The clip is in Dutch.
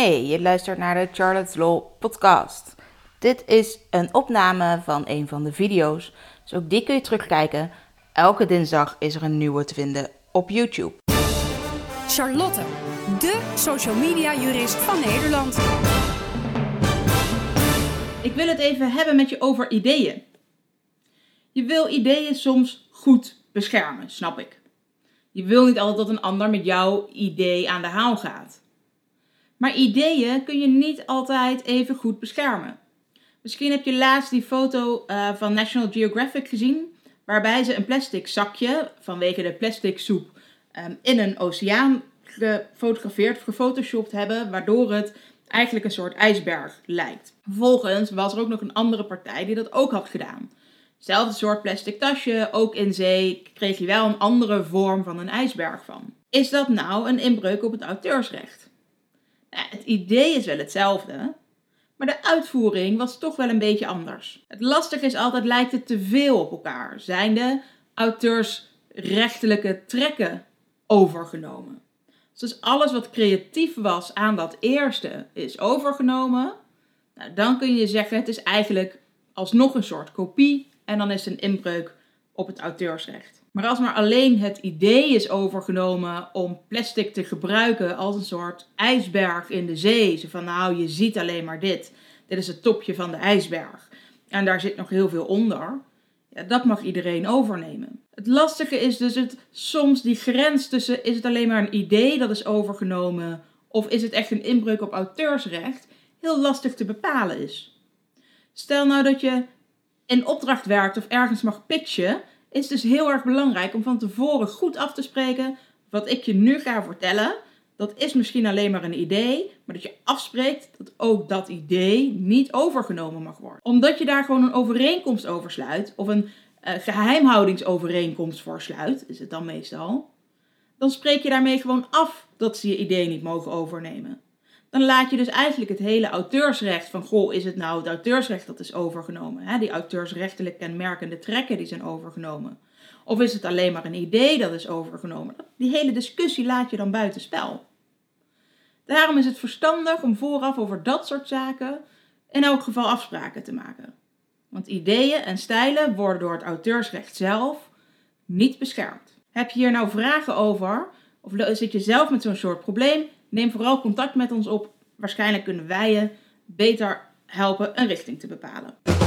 Hey, je luistert naar de Charlotte's Law podcast. Dit is een opname van een van de video's, dus ook die kun je terugkijken. Elke dinsdag is er een nieuwe te vinden op YouTube. Charlotte, de social media jurist van Nederland. Ik wil het even hebben met je over ideeën. Je wil ideeën soms goed beschermen, snap ik. Je wil niet altijd dat een ander met jouw idee aan de haal gaat. Maar ideeën kun je niet altijd even goed beschermen. Misschien heb je laatst die foto van National Geographic gezien, waarbij ze een plastic zakje, vanwege de plastic soep, in een oceaan gefotografeerd, gefotoshopt hebben, waardoor het eigenlijk een soort ijsberg lijkt. Vervolgens was er ook nog een andere partij die dat ook had gedaan. Hetzelfde soort plastic tasje, ook in zee, kreeg je wel een andere vorm van een ijsberg van. Is dat nou een inbreuk op het auteursrecht? Nou, het idee is wel hetzelfde, maar de uitvoering was toch wel een beetje anders. Het lastige is altijd, lijkt het te veel op elkaar? Zijn de auteursrechtelijke trekken overgenomen? Dus alles wat creatief was aan dat eerste is overgenomen, nou, dan kun je zeggen het is eigenlijk alsnog een soort kopie en dan is het een inbreuk op het auteursrecht. Maar als maar alleen het idee is overgenomen om plastic te gebruiken als een soort ijsberg in de zee. Zo van nou, je ziet alleen maar dit. Dit is het topje van de ijsberg. En daar zit nog heel veel onder. Ja, dat mag iedereen overnemen. Het lastige is dus soms die grens tussen is het alleen maar een idee dat is overgenomen of is het echt een inbreuk op auteursrecht heel lastig te bepalen is. Stel nou dat je in opdracht werkt of ergens mag pitchen, is het dus heel erg belangrijk om van tevoren goed af te spreken wat ik je nu ga vertellen. Dat is misschien alleen maar een idee, maar dat je afspreekt dat ook dat idee niet overgenomen mag worden. Omdat je daar gewoon een overeenkomst over sluit, of een geheimhoudingsovereenkomst voor sluit, is het dan meestal, dan spreek je daarmee gewoon af dat ze je idee niet mogen overnemen. Dan laat je dus eigenlijk het hele auteursrecht van, goh, is het nou het auteursrecht dat is overgenomen? Hè? Die auteursrechtelijk kenmerkende trekken die zijn overgenomen. Of is het alleen maar een idee dat is overgenomen? Die hele discussie laat je dan buitenspel. Daarom is het verstandig om vooraf over dat soort zaken in elk geval afspraken te maken. Want ideeën en stijlen worden door het auteursrecht zelf niet beschermd. Heb je hier nou vragen over, of zit je zelf met zo'n soort probleem? Neem vooral contact met ons op. Waarschijnlijk kunnen wij je beter helpen een richting te bepalen.